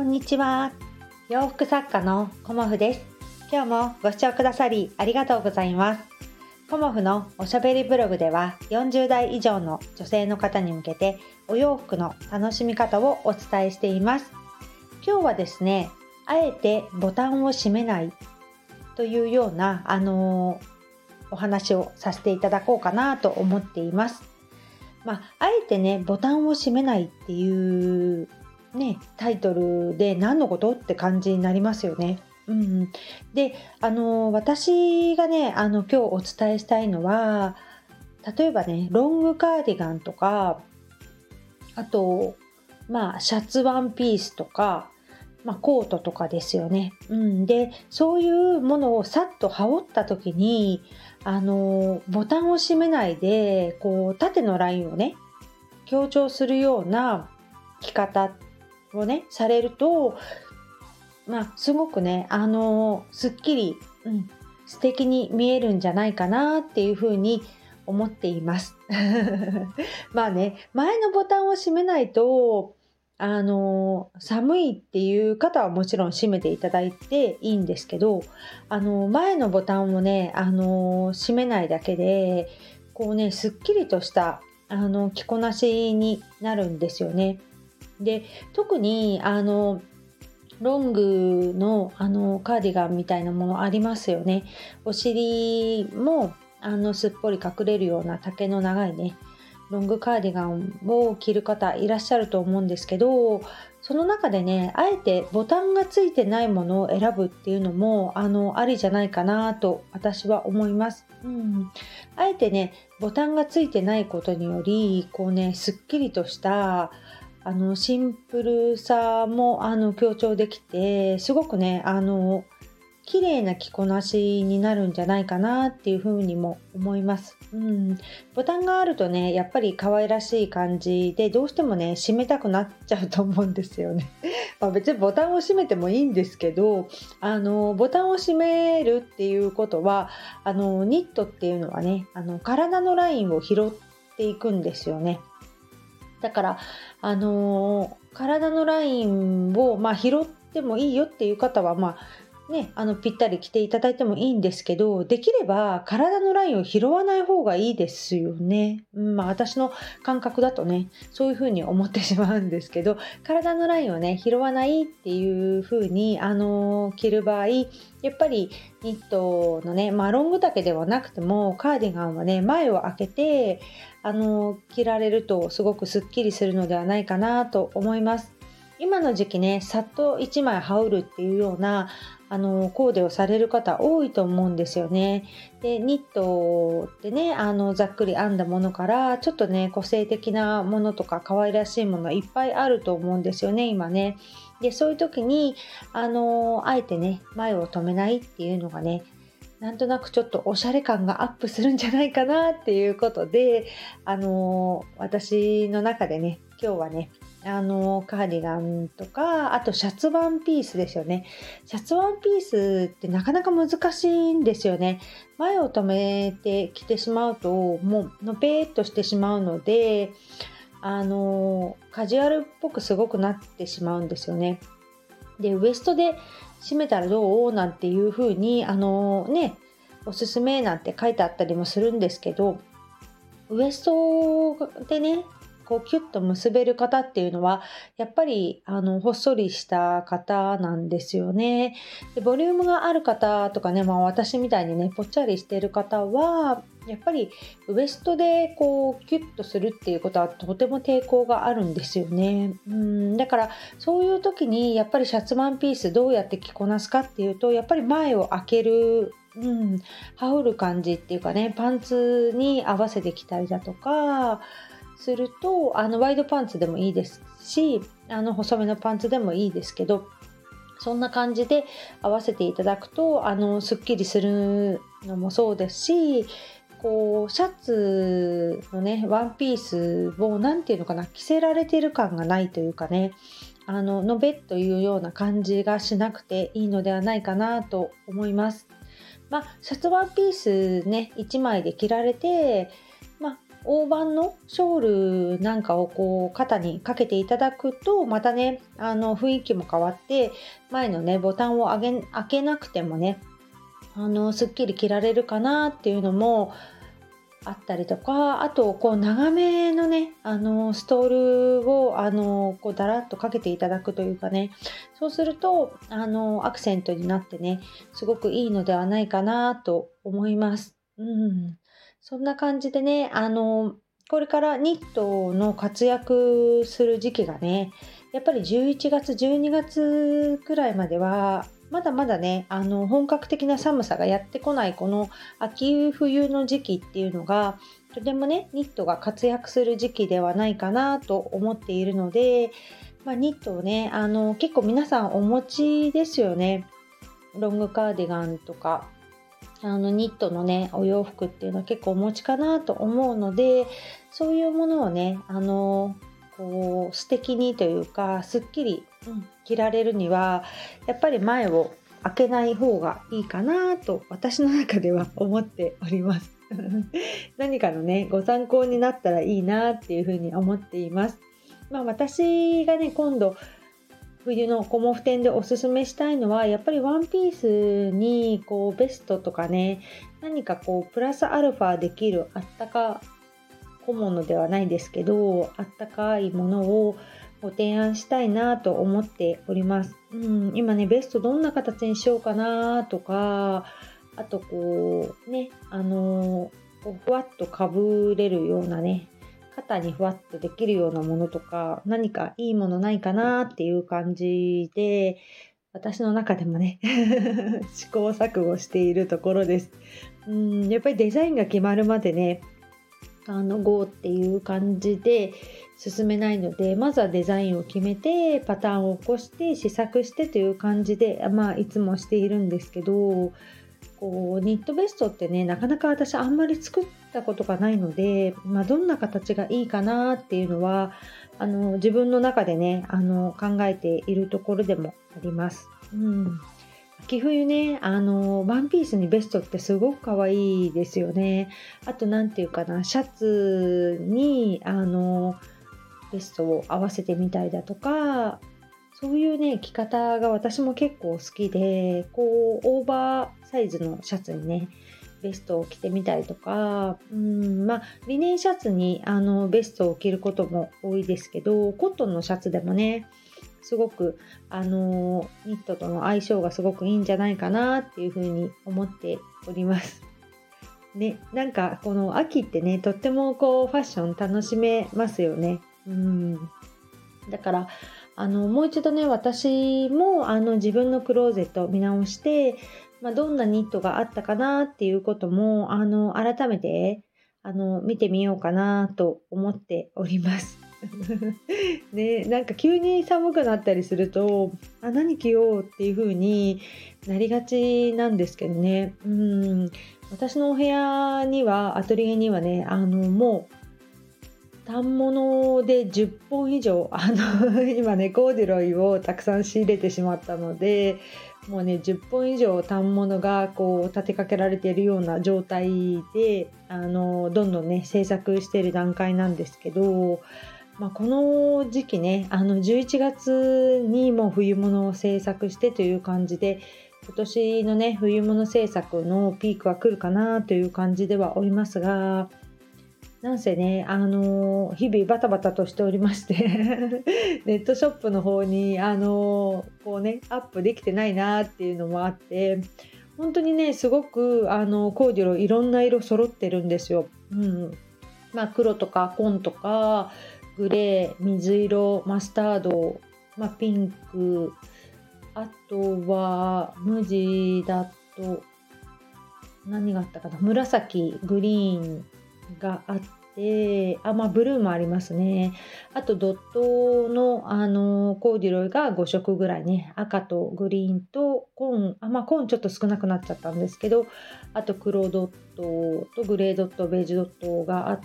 こんにちは。洋服作家のコモフです。今日もご視聴くださりありがとうございます。コモフのおしゃべりブログでは40代以上の女性の方に向けてお洋服の楽しみ方をお伝えしています。今日はですね、あえてボタンを閉めないというようなお話をさせていただこうかなと思っています。あえてね、ボタンを閉めないっていうタイトルで何のことって感じになりますよね。で、私がね、今日お伝えしたいのは、例えばね、ロングカーディガンとか、あと、シャツワンピースとか、コートとかですよね。で、そういうものをさっと羽織った時に、ボタンを閉めないで、縦のラインをね、強調するような着方をね、されると、すごくね、すっきり、素敵に見えるんじゃないかなっていうふうに思っています。前のボタンを閉めないと、寒いっていう方はもちろん閉めていただいていいんですけど、前のボタンをね、閉めないだけで、すっきりとした着こなしになるんですよね。で、特にロングのカーディガンみたいなものありますよね。お尻もすっぽり隠れるような丈の長いね、ロングカーディガンを着る方いらっしゃると思うんですけど、その中でね、あえてボタンがついてないものを選ぶっていうのもありじゃないかなと私は思います。あえてね、ボタンがついてないことによりすっきりとしたシンプルさも強調できて、すごくね綺麗な着こなしになるんじゃないかなっていうふうにも思います。ボタンがあるとね、やっぱり可愛らしい感じでどうしてもね閉めたくなっちゃうと思うんですよね。別にボタンを閉めてもいいんですけど、ボタンを閉めるっていうことはニットっていうのはね体のラインを拾っていくんですよね。だから、体のラインを、拾ってもいいよっていう方は、ぴったり着ていただいてもいいんですけど、できれば体のラインを拾わない方がいいですよね。私の感覚だとね、そういうふうに思ってしまうんですけど、体のラインをね、拾わないっていうふうに、着る場合、やっぱりニットのね、ロング丈ではなくても、カーディガンはね、前を開けて、着られるとすごくすっきりするのではないかなと思います。今の時期ね、さっと1枚羽織るっていうようなコーデをされる方多いと思うんですよね。で、ニットってね、ざっくり編んだものからちょっとね個性的なものとか可愛らしいものいっぱいあると思うんですよね、今ね。で、そういう時にあえてね前を止めないっていうのがね、なんとなくちょっとおしゃれ感がアップするんじゃないかなっていうことで、私の中でね、今日はね、カーディガンとか、あとシャツワンピースですよね。シャツワンピースってなかなか難しいんですよね。前を止めて着てしまうと、もうのぺーっとしてしまうので、カジュアルっぽくすごくなってしまうんですよね。で、ウエストで締めたらどうなんていう風におすすめなんて書いてあったりもするんですけど、ウエストでねキュッと結べる方っていうのはやっぱりほっそりした方なんですよね。で、ボリュームがある方とかね、私みたいにねぽっちゃりしてる方はやっぱりウエストでキュッとするっていうことはとても抵抗があるんですよね。だからそういう時にやっぱりシャツワンピースどうやって着こなすかっていうと、やっぱり前を開ける、羽織る感じっていうかね、パンツに合わせて着たりだとかすると、ワイドパンツでもいいですし、細めのパンツでもいいですけど、そんな感じで合わせていただくとすっきりするのもそうですし、シャツのねワンピースをなんていうのかな、着せられている感がないというかね、のべっというような感じがしなくていいのではないかなと思います。シャツワンピースね1枚で着られて、 大判のショールなんかをこう肩にかけていただくと、またね雰囲気も変わって、前のねボタンを開けなくてもねすっきり着られるかなっていうのもあったりとか、あとこう長めのねストールをこうだらっとかけていただくというかね、そうするとアクセントになってね、すごくいいのではないかなと思います。そんな感じでね、これからニットの活躍する時期がね、やっぱり11月、12月くらいまでは、まだまだね、本格的な寒さがやってこないこの秋冬の時期っていうのが、とてもね、ニットが活躍する時期ではないかなと思っているので、ニットをね、結構皆さんお持ちですよね。ロングカーディガンとか、ニットのね、お洋服っていうのは結構お持ちかなと思うので、そういうものをね、こう素敵にというか、すっきり、着られるには、やっぱり前を開けない方がいいかなと私の中では思っております。何かのね、ご参考になったらいいなっていうふうに思っています。私がね、今度冬のコモフ展でおすすめしたいのは、やっぱりワンピースにこうベストとかね、何かこうプラスアルファできるあったか小物ではないですけど、あったかいものをご提案したいなと思っております。今ね、ベストどんな形にしようかなとか、あとこうね、こうふわっとかぶれるようなね、肩にふわっとできるようなものとか、何かいいものないかなっていう感じで、私の中でもね試行錯誤しているところです。やっぱりデザインが決まるまでね、GO っていう感じで進めないので、まずはデザインを決めてパターンを起こして試作してという感じで、いつもしているんですけど、こうニットベストってね、なかなか私あんまり作ったことがないので、どんな形がいいかなっていうのは自分の中でね考えているところでもあります。秋冬ね、ワンピースにベストってすごく可愛いですよね。あとなんていうかな、シャツにベストを合わせてみたりだとか、そういうね着方が私も結構好きで、こうオーバーサイズのシャツにねベストを着てみたりとか、リネンシャツにベストを着ることも多いですけど、コットンのシャツでもねすごくニットとの相性がすごくいいんじゃないかなっていうふうに思っております。ね、なんかこの秋ってね、とってもこうファッション楽しめますよね。だからもう一度ね、私も自分のクローゼットを見直して、どんなニットがあったかなっていうことも改めて見てみようかなと思っております。ね、なんか急に寒くなったりすると、何着ようっていう風になりがちなんですけどね。私のお部屋には、アトリエにはね、もう反物で10本以上、今ね、コーデュロイをたくさん仕入れてしまったので、もうね、10本以上反物がこう立てかけられているような状態で、どんどんね、制作している段階なんですけど、この時期ね、11月にもう冬物を制作してという感じで、今年のね、冬物制作のピークは来るかなという感じではおりますが、なんせね、日々バタバタとしておりましてネットショップの方に、こうね、アップできてないなっていうのもあって、本当にね、すごく、コーデュロイいろんな色揃ってるんですよ。黒とか紺とか、グレー、水色、マスタード、ピンク、あとは無地だと何があったかな、紫、グリーンがあって、ブルーもありますね。あとドットの、コーデュロイが5色ぐらいね、赤とグリーンと紺、紺ちょっと少なくなっちゃったんですけど、あと黒ドットとグレードット、ベージュドットがあって、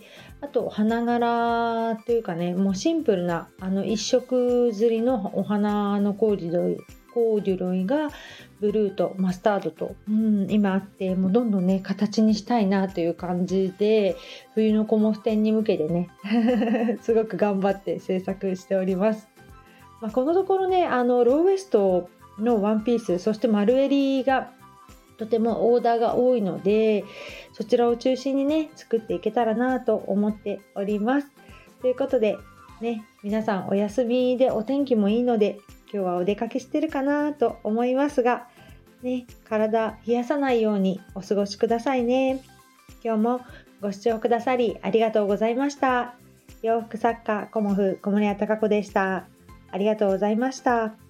あと花柄というかね、もうシンプルな一色刷りのお花のコーデコーデュロイがブルーとマスタードと、今あって、もうどんどんね形にしたいなという感じで、冬のコモフ展に向けてねすごく頑張って制作しております。このところねローウエストのワンピース、そして丸襟がとてもオーダーが多いので、そちらを中心にね作っていけたらなと思っております。ということでね、皆さんお休みでお天気もいいので、今日はお出かけしてるかなと思いますがね、体冷やさないようにお過ごしくださいね。今日もご視聴くださりありがとうございました。洋服作家コモフ小森屋隆子でした。ありがとうございました。